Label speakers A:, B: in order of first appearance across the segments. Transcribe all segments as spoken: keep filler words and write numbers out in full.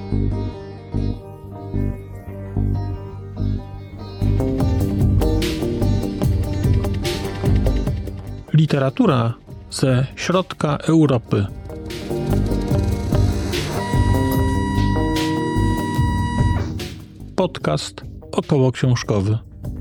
A: Literatura ze środka Europy. Podcast okołoksiążkowy.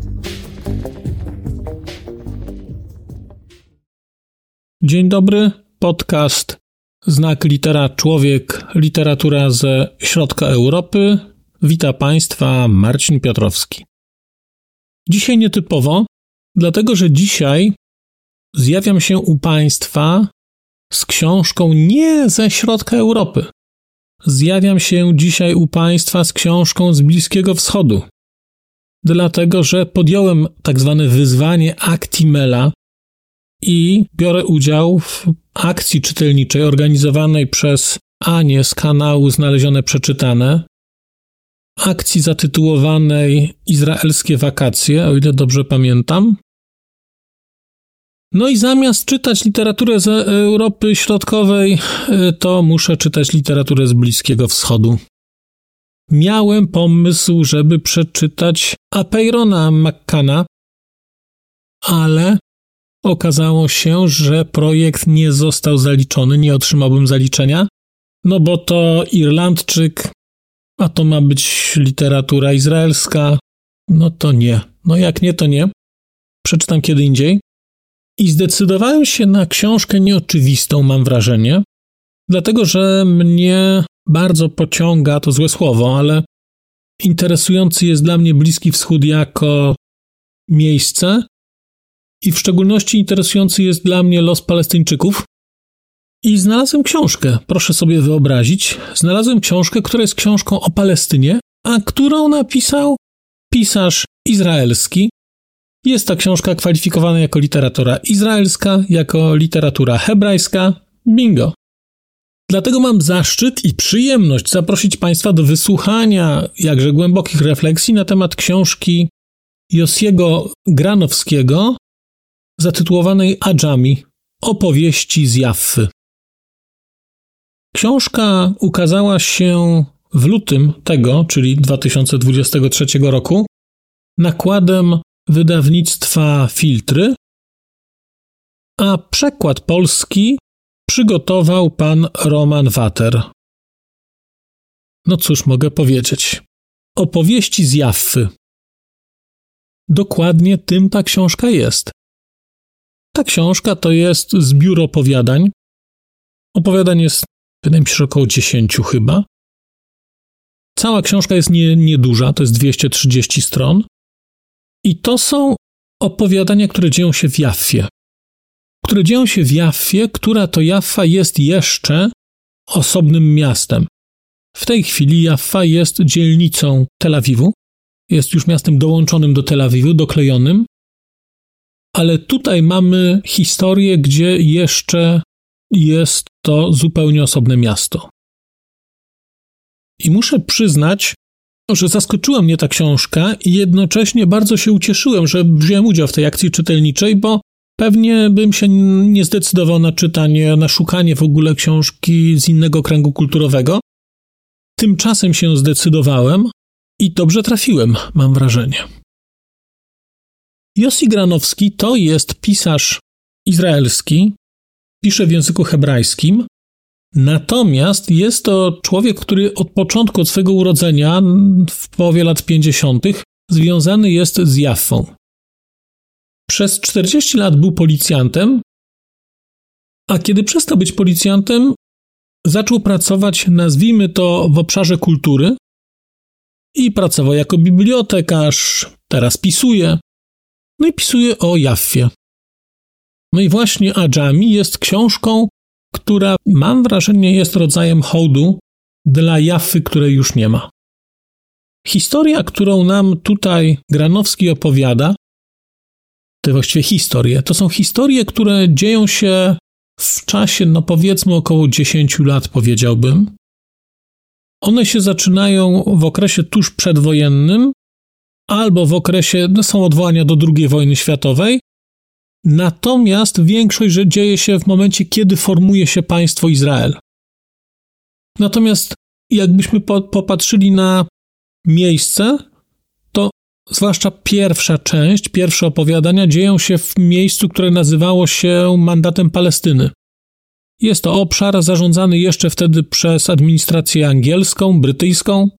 A: Dzień dobry, podcast Znak Litera Człowiek, literatura ze środka Europy. Witam Państwa, Marcin Piotrowski. Dzisiaj nietypowo, dlatego że dzisiaj zjawiam się u Państwa z książką nie ze środka Europy. Zjawiam się dzisiaj u Państwa z książką z Bliskiego Wschodu. Dlatego, że podjąłem tak zwane wyzwanie Actimela i biorę udział w akcji czytelniczej organizowanej przez Anię z kanału Znalezione Przeczytane. Akcji zatytułowanej Izraelskie wakacje, o ile dobrze pamiętam. No i zamiast czytać literaturę z Europy Środkowej, to muszę czytać literaturę z Bliskiego Wschodu. Miałem pomysł, żeby przeczytać Apeirona McCanna, ale okazało się, że projekt nie został zaliczony, nie otrzymałbym zaliczenia, no bo to Irlandczyk, a to ma być literatura izraelska, no to nie. No jak nie, to nie. Przeczytam kiedy indziej. I zdecydowałem się na książkę nieoczywistą, mam wrażenie, dlatego że mnie bardzo pociąga, to złe słowo, ale interesujący jest dla mnie Bliski Wschód jako miejsce i w szczególności interesujący jest dla mnie los Palestyńczyków. I znalazłem książkę, proszę sobie wyobrazić, znalazłem książkę, która jest książką o Palestynie, a którą napisał pisarz izraelski. Jest ta książka kwalifikowana jako literatura izraelska, jako literatura hebrajska. Bingo. Dlatego mam zaszczyt i przyjemność zaprosić Państwa do wysłuchania jakże głębokich refleksji na temat książki Yossiego Granowskiego zatytułowanej Adżami – Opowieści z Jaffy. Książka ukazała się w lutym tego, czyli dwa tysiące dwudziestego trzeciego roku, nakładem wydawnictwa Filtry, a przekład polski przygotował pan Roman Water. No cóż mogę powiedzieć. Opowieści z Jaffy. Dokładnie tym ta książka jest. Ta książka to jest zbiór opowiadań. Opowiadań jest, wydaje mi się, że około dziesięciu chyba. Cała książka jest nie, nieduża, to jest dwieście trzydzieści stron. I to są opowiadania, które dzieją się w Jaffie. Które dzieją się w Jaffie, która to Jaffa jest jeszcze osobnym miastem. W tej chwili Jaffa jest dzielnicą Tel Awiwu. Jest już miastem dołączonym do Tel Awiwu, doklejonym. Ale tutaj mamy historię, gdzie jeszcze jest to zupełnie osobne miasto. I muszę przyznać, że zaskoczyła mnie ta książka i jednocześnie bardzo się ucieszyłem, że wziąłem udział w tej akcji czytelniczej, bo pewnie bym się nie zdecydował na czytanie, na szukanie w ogóle książki z innego kręgu kulturowego. Tymczasem się zdecydowałem i dobrze trafiłem, mam wrażenie. Yossi Granowski to jest pisarz izraelski, pisze w języku hebrajskim, natomiast jest to człowiek, który od początku, od swego urodzenia, w połowie lat pięćdziesiątych, związany jest z Jaffą. Przez czterdzieści lat był policjantem, a kiedy przestał być policjantem, zaczął pracować, nazwijmy to, w obszarze kultury i pracował jako bibliotekarz, teraz pisuje, no i pisuje o Jaffie. No i właśnie Adżami jest książką, która, mam wrażenie, jest rodzajem hołdu dla Jaffy, której już nie ma. Historia, którą nam tutaj Granowski opowiada, te właściwie historie, to są historie, które dzieją się w czasie, no powiedzmy około dziesięciu lat, powiedziałbym. One się zaczynają w okresie tuż przedwojennym albo w okresie, no są odwołania do drugiej wojny światowej, natomiast większość że dzieje się w momencie, kiedy formuje się państwo Izrael. Natomiast jakbyśmy po, popatrzyli na miejsce, to zwłaszcza pierwsza część, pierwsze opowiadania dzieją się w miejscu, które nazywało się Mandatem Palestyny. Jest to obszar zarządzany jeszcze wtedy przez administrację angielską, brytyjską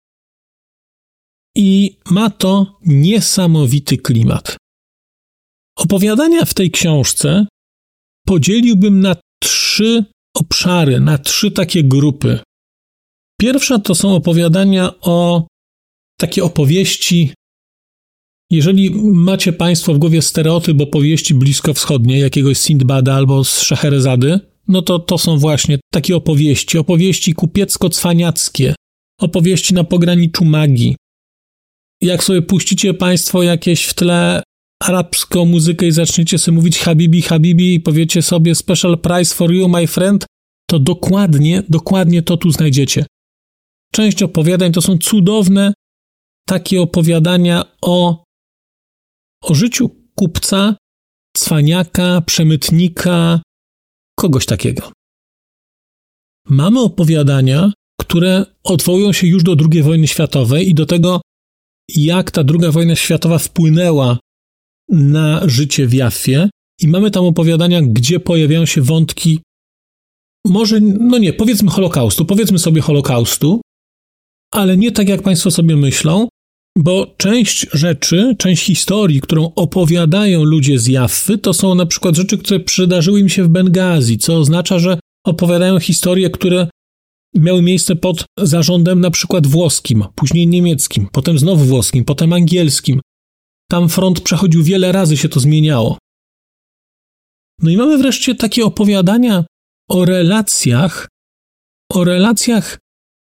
A: i ma to niesamowity klimat. Opowiadania w tej książce podzieliłbym na trzy obszary, na trzy takie grupy. Pierwsza to są opowiadania o takie opowieści. Jeżeli macie Państwo w głowie stereotyp opowieści bliskowschodniej, jakiegoś Sindbada albo z Szeherezady, no to to są właśnie takie opowieści, opowieści kupiecko-cwaniackie, opowieści na pograniczu magii. Jak sobie puścicie Państwo jakieś w tle arabską muzykę i zaczniecie sobie mówić habibi, habibi i powiecie sobie special price for you, my friend, to dokładnie, dokładnie to tu znajdziecie. Część opowiadań to są cudowne takie opowiadania o, o życiu kupca, cwaniaka, przemytnika, kogoś takiego. Mamy opowiadania, które odwołują się już do drugiej wojny światowej i do tego, jak ta druga wojna światowa wpłynęła na życie w Jaffie i mamy tam opowiadania, gdzie pojawiają się wątki, może, no nie, powiedzmy Holokaustu, powiedzmy sobie Holokaustu, ale nie tak, jak Państwo sobie myślą, bo część rzeczy, część historii, którą opowiadają ludzie z Jaffy, to są na przykład rzeczy, które przydarzyły im się w Bengazji, co oznacza, że opowiadają historie, które miały miejsce pod zarządem na przykład włoskim, później niemieckim, potem znowu włoskim, potem angielskim. Tam front przechodził wiele razy, się to zmieniało. No i mamy wreszcie takie opowiadania o relacjach, o relacjach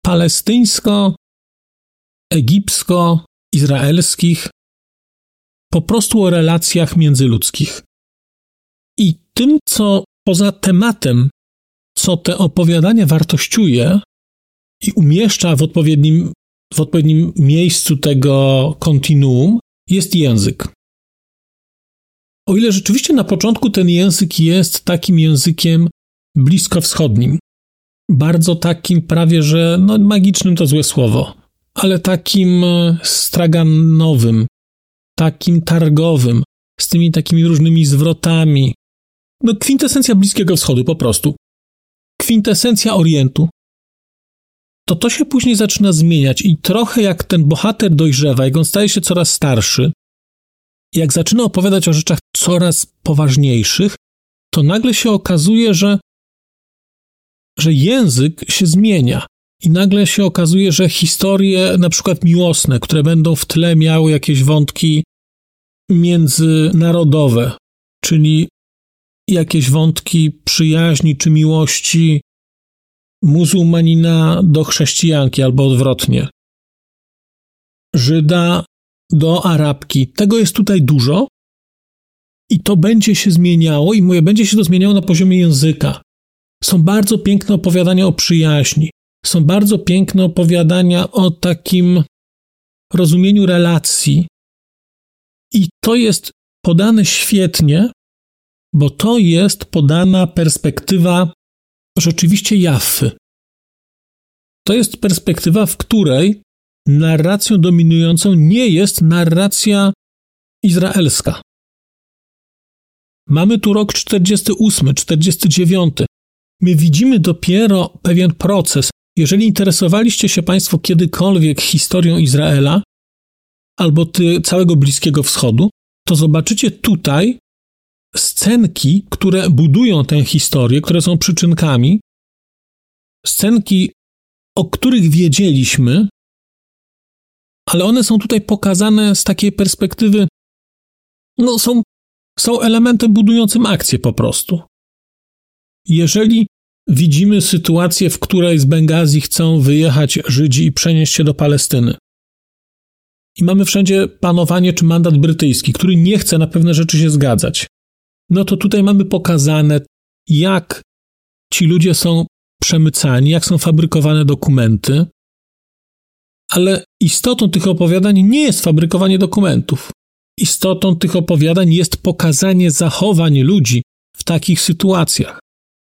A: palestyńsko-egipsko-izraelskich, po prostu o relacjach międzyludzkich. I tym, co poza tematem, co te opowiadania wartościuje i umieszcza w odpowiednim, w odpowiednim miejscu tego kontinuum, jest język. O ile rzeczywiście na początku ten język jest takim językiem bliskowschodnim, bardzo takim prawie, że no magicznym to złe słowo, ale takim straganowym, takim targowym, z tymi takimi różnymi zwrotami. No kwintesencja Bliskiego Wschodu po prostu. Kwintesencja Orientu. To to się później zaczyna zmieniać i trochę jak ten bohater dojrzewa, jak on staje się coraz starszy, jak zaczyna opowiadać o rzeczach coraz poważniejszych, to nagle się okazuje, że, że język się zmienia. I nagle się okazuje, że historie na przykład miłosne, które będą w tle miały jakieś wątki międzynarodowe, czyli jakieś wątki przyjaźni czy miłości muzułmanina do chrześcijanki albo odwrotnie, Żyda do Arabki. Tego jest tutaj dużo i to będzie się zmieniało i mówię, będzie się to zmieniało na poziomie języka. Są bardzo piękne opowiadania o przyjaźni. Są bardzo piękne opowiadania o takim rozumieniu relacji. I to jest podane świetnie, bo to jest podana perspektywa rzeczywiście Jaffy. To jest perspektywa, w której narracją dominującą nie jest narracja izraelska. Mamy tu rok czterdziesty ósmy, czterdziesty dziewiąty. My widzimy dopiero pewien proces. Jeżeli interesowaliście się Państwo kiedykolwiek historią Izraela albo ty, całego Bliskiego Wschodu, to zobaczycie tutaj scenki, które budują tę historię, które są przyczynkami, scenki, o których wiedzieliśmy, ale one są tutaj pokazane z takiej perspektywy, no są, są elementem budującym akcję po prostu. Jeżeli widzimy sytuację, w której z Bengazji chcą wyjechać Żydzi i przenieść się do Palestyny i mamy wszędzie panowanie czy mandat brytyjski, który nie chce na pewne rzeczy się zgadzać, no to tutaj mamy pokazane, jak ci ludzie są przemycani, jak są fabrykowane dokumenty, ale istotą tych opowiadań nie jest fabrykowanie dokumentów. Istotą tych opowiadań jest pokazanie zachowań ludzi w takich sytuacjach.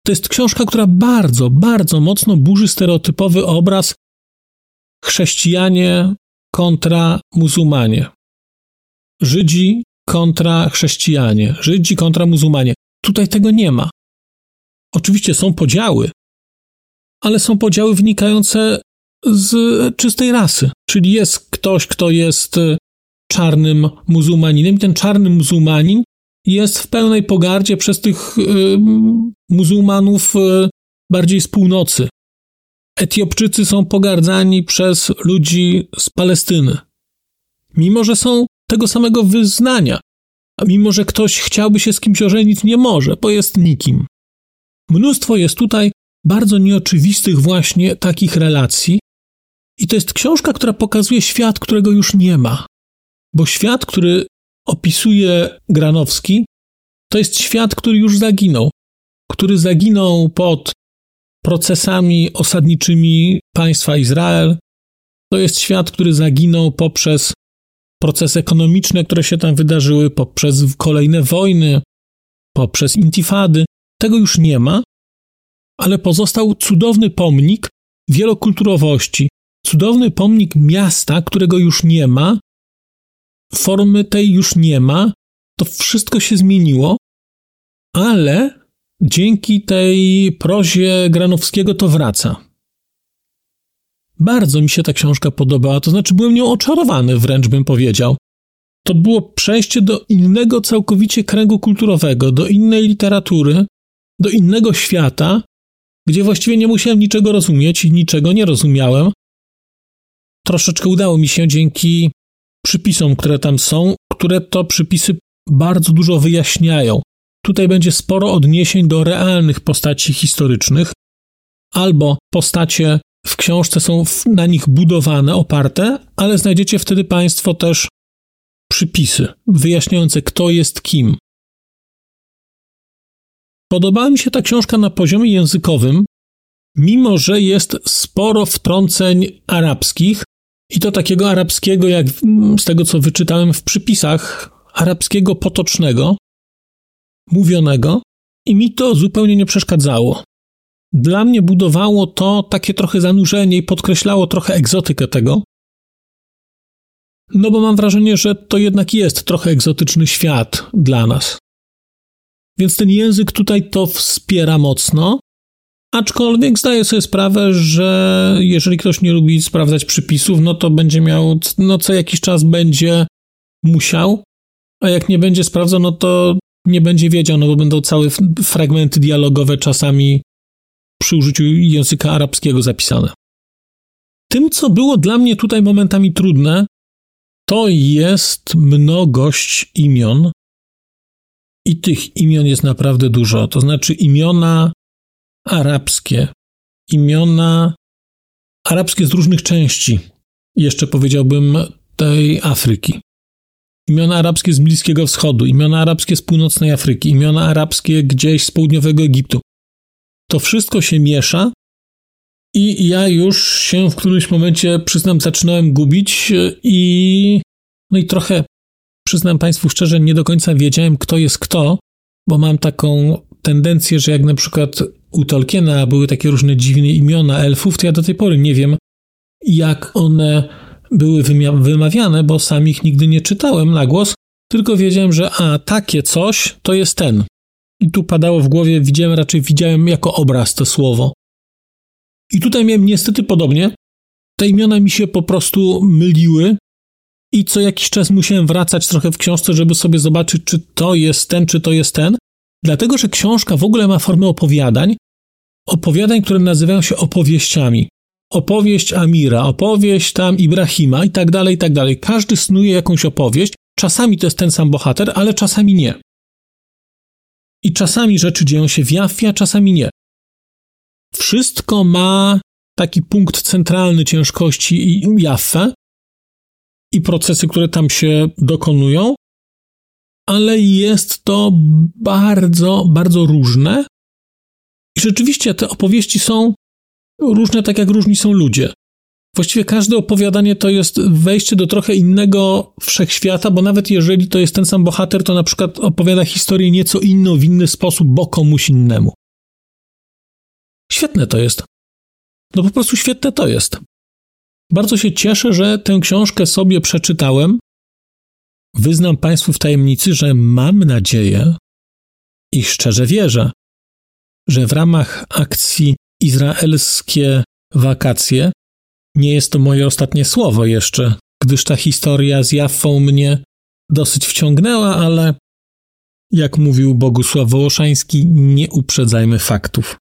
A: To jest książka, która bardzo, bardzo mocno burzy stereotypowy obraz chrześcijanie kontra muzułmanie. Żydzi kontra chrześcijanie. Żydzi kontra muzułmanie. Tutaj tego nie ma. Oczywiście są podziały, ale są podziały wynikające z czystej rasy. Czyli jest ktoś, kto jest czarnym muzułmaninem i ten czarny muzułmanin jest w pełnej pogardzie przez tych y, muzułmanów y, bardziej z północy. Etiopczycy są pogardzani przez ludzi z Palestyny. Mimo że są tego samego wyznania, a mimo że ktoś chciałby się z kimś ożenić, nie może, bo jest nikim. Mnóstwo jest tutaj bardzo nieoczywistych właśnie takich relacji i to jest książka, która pokazuje świat, którego już nie ma. Bo świat, który opisuje Granowski, to jest świat, który już zaginął, który zaginął pod procesami osadniczymi państwa Izrael. To jest świat, który zaginął poprzez procesy ekonomiczne, które się tam wydarzyły, poprzez kolejne wojny, poprzez intifady. Tego już nie ma, ale pozostał cudowny pomnik wielokulturowości, cudowny pomnik miasta, którego już nie ma, formy tej już nie ma, to wszystko się zmieniło, ale dzięki tej prozie Granowskiego to wraca. Bardzo mi się ta książka podobała, to znaczy byłem nią oczarowany, wręcz bym powiedział. To było przejście do innego całkowicie kręgu kulturowego, do innej literatury, do innego świata, gdzie właściwie nie musiałem niczego rozumieć i niczego nie rozumiałem. Troszeczkę udało mi się dzięki przypisom, które tam są, które to przypisy bardzo dużo wyjaśniają. Tutaj będzie sporo odniesień do realnych postaci historycznych, albo postacie w książce są na nich budowane, oparte, ale znajdziecie wtedy Państwo też przypisy wyjaśniające, kto jest kim. Podobała mi się ta książka na poziomie językowym, mimo że jest sporo wtrąceń arabskich i to takiego arabskiego, jak z tego co wyczytałem w przypisach, arabskiego potocznego, mówionego i mi to zupełnie nie przeszkadzało. Dla mnie budowało to takie trochę zanurzenie i podkreślało trochę egzotykę tego, no bo mam wrażenie, że to jednak jest trochę egzotyczny świat dla nas. Więc ten język tutaj to wspiera mocno, aczkolwiek zdaję sobie sprawę, że jeżeli ktoś nie lubi sprawdzać przypisów, no to będzie miał, no co jakiś czas będzie musiał, a jak nie będzie sprawdzał, no to nie będzie wiedział, no bo będą całe fragmenty dialogowe czasami przy użyciu języka arabskiego zapisane. Tym, co było dla mnie tutaj momentami trudne, to jest mnogość imion i tych imion jest naprawdę dużo. To znaczy imiona arabskie, imiona arabskie z różnych części, jeszcze powiedziałbym tej Afryki. Imiona arabskie z Bliskiego Wschodu, imiona arabskie z północnej Afryki, imiona arabskie gdzieś z południowego Egiptu. To wszystko się miesza i ja już się w którymś momencie, przyznam, zaczynałem gubić i no i trochę, przyznam Państwu szczerze, nie do końca wiedziałem, kto jest kto, bo mam taką tendencję, że jak na przykład u Tolkiena były takie różne dziwne imiona elfów, to ja do tej pory nie wiem, jak one były wymia- wymawiane, bo sam ich nigdy nie czytałem na głos, tylko wiedziałem, że a, takie coś to jest ten. I tu padało w głowie, widziałem, raczej widziałem jako obraz to słowo. I tutaj miałem niestety podobnie. Te imiona mi się po prostu myliły i co jakiś czas musiałem wracać trochę w książce, żeby sobie zobaczyć, czy to jest ten, czy to jest ten. Dlatego, że książka w ogóle ma formę opowiadań, opowiadań, które nazywają się opowieściami. Opowieść Amira, opowieść tam Ibrahima i tak dalej, i tak dalej. Każdy snuje jakąś opowieść. Czasami to jest ten sam bohater, ale czasami nie. I czasami rzeczy dzieją się w Jaffie, a czasami nie. Wszystko ma taki punkt centralny ciężkości i Jaffę i procesy, które tam się dokonują, ale jest to bardzo, bardzo różne. I rzeczywiście te opowieści są różne, tak jak różni są ludzie. Właściwie każde opowiadanie to jest wejście do trochę innego wszechświata, bo nawet jeżeli to jest ten sam bohater, to na przykład opowiada historię nieco inną, w inny sposób, bo komuś innemu. Świetne to jest. No po prostu świetne to jest. Bardzo się cieszę, że tę książkę sobie przeczytałem. Wyznam Państwu w tajemnicy, że mam nadzieję i szczerze wierzę, że w ramach akcji Izraelskie Wakacje nie jest to moje ostatnie słowo jeszcze, gdyż ta historia z Jaffą mnie dosyć wciągnęła, ale jak mówił Bogusław Wołoszański, nie uprzedzajmy faktów.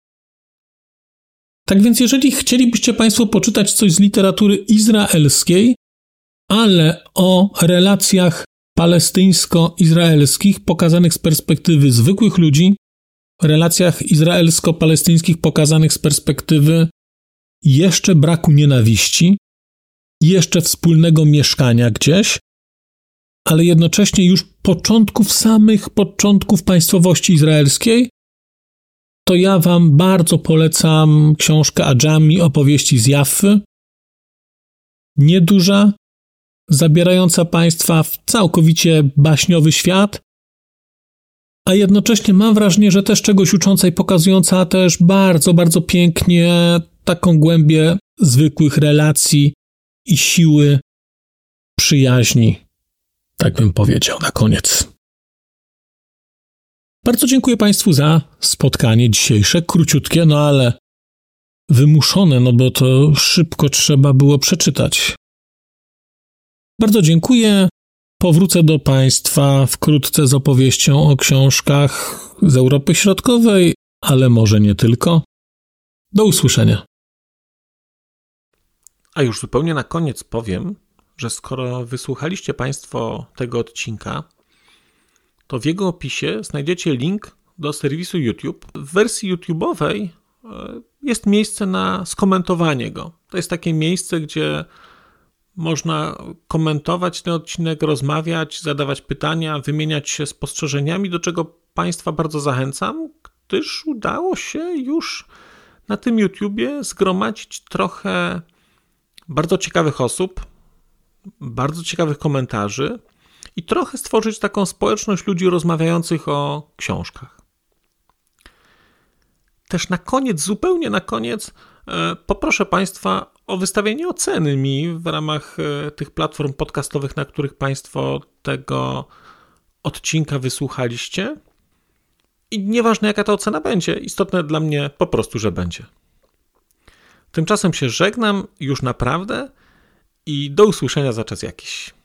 A: Tak więc jeżeli chcielibyście Państwo poczytać coś z literatury izraelskiej, ale o relacjach palestyńsko-izraelskich pokazanych z perspektywy zwykłych ludzi, relacjach izraelsko-palestyńskich pokazanych z perspektywy jeszcze braku nienawiści, jeszcze wspólnego mieszkania gdzieś, ale jednocześnie już początków, samych początków państwowości izraelskiej, to ja wam bardzo polecam książkę Adżami, opowieści z Jaffy. Nieduża, zabierająca Państwa w całkowicie baśniowy świat, a jednocześnie mam wrażenie, że też czegoś ucząca i pokazująca też bardzo, bardzo pięknie taką głębię zwykłych relacji i siły przyjaźni, tak bym powiedział na koniec. Bardzo dziękuję Państwu za spotkanie dzisiejsze, króciutkie, no ale wymuszone, no bo to szybko trzeba było przeczytać. Bardzo dziękuję. Powrócę do Państwa wkrótce z opowieścią o książkach z Europy Środkowej, ale może nie tylko. Do usłyszenia. A już zupełnie na koniec powiem, że skoro wysłuchaliście Państwo tego odcinka, to w jego opisie znajdziecie link do serwisu YouTube. W wersji YouTube'owej jest miejsce na skomentowanie go. To jest takie miejsce, gdzie można komentować ten odcinek, rozmawiać, zadawać pytania, wymieniać się spostrzeżeniami, do czego Państwa bardzo zachęcam, gdyż udało się już na tym YouTubie zgromadzić trochę bardzo ciekawych osób, bardzo ciekawych komentarzy i trochę stworzyć taką społeczność ludzi rozmawiających o książkach. Też na koniec, zupełnie na koniec, poproszę Państwa o wystawienie oceny mi w ramach tych platform podcastowych, na których Państwo tego odcinka wysłuchaliście. I nieważne, jaka ta ocena będzie, istotne dla mnie po prostu, że będzie. Tymczasem się żegnam już naprawdę i do usłyszenia za czas jakiś.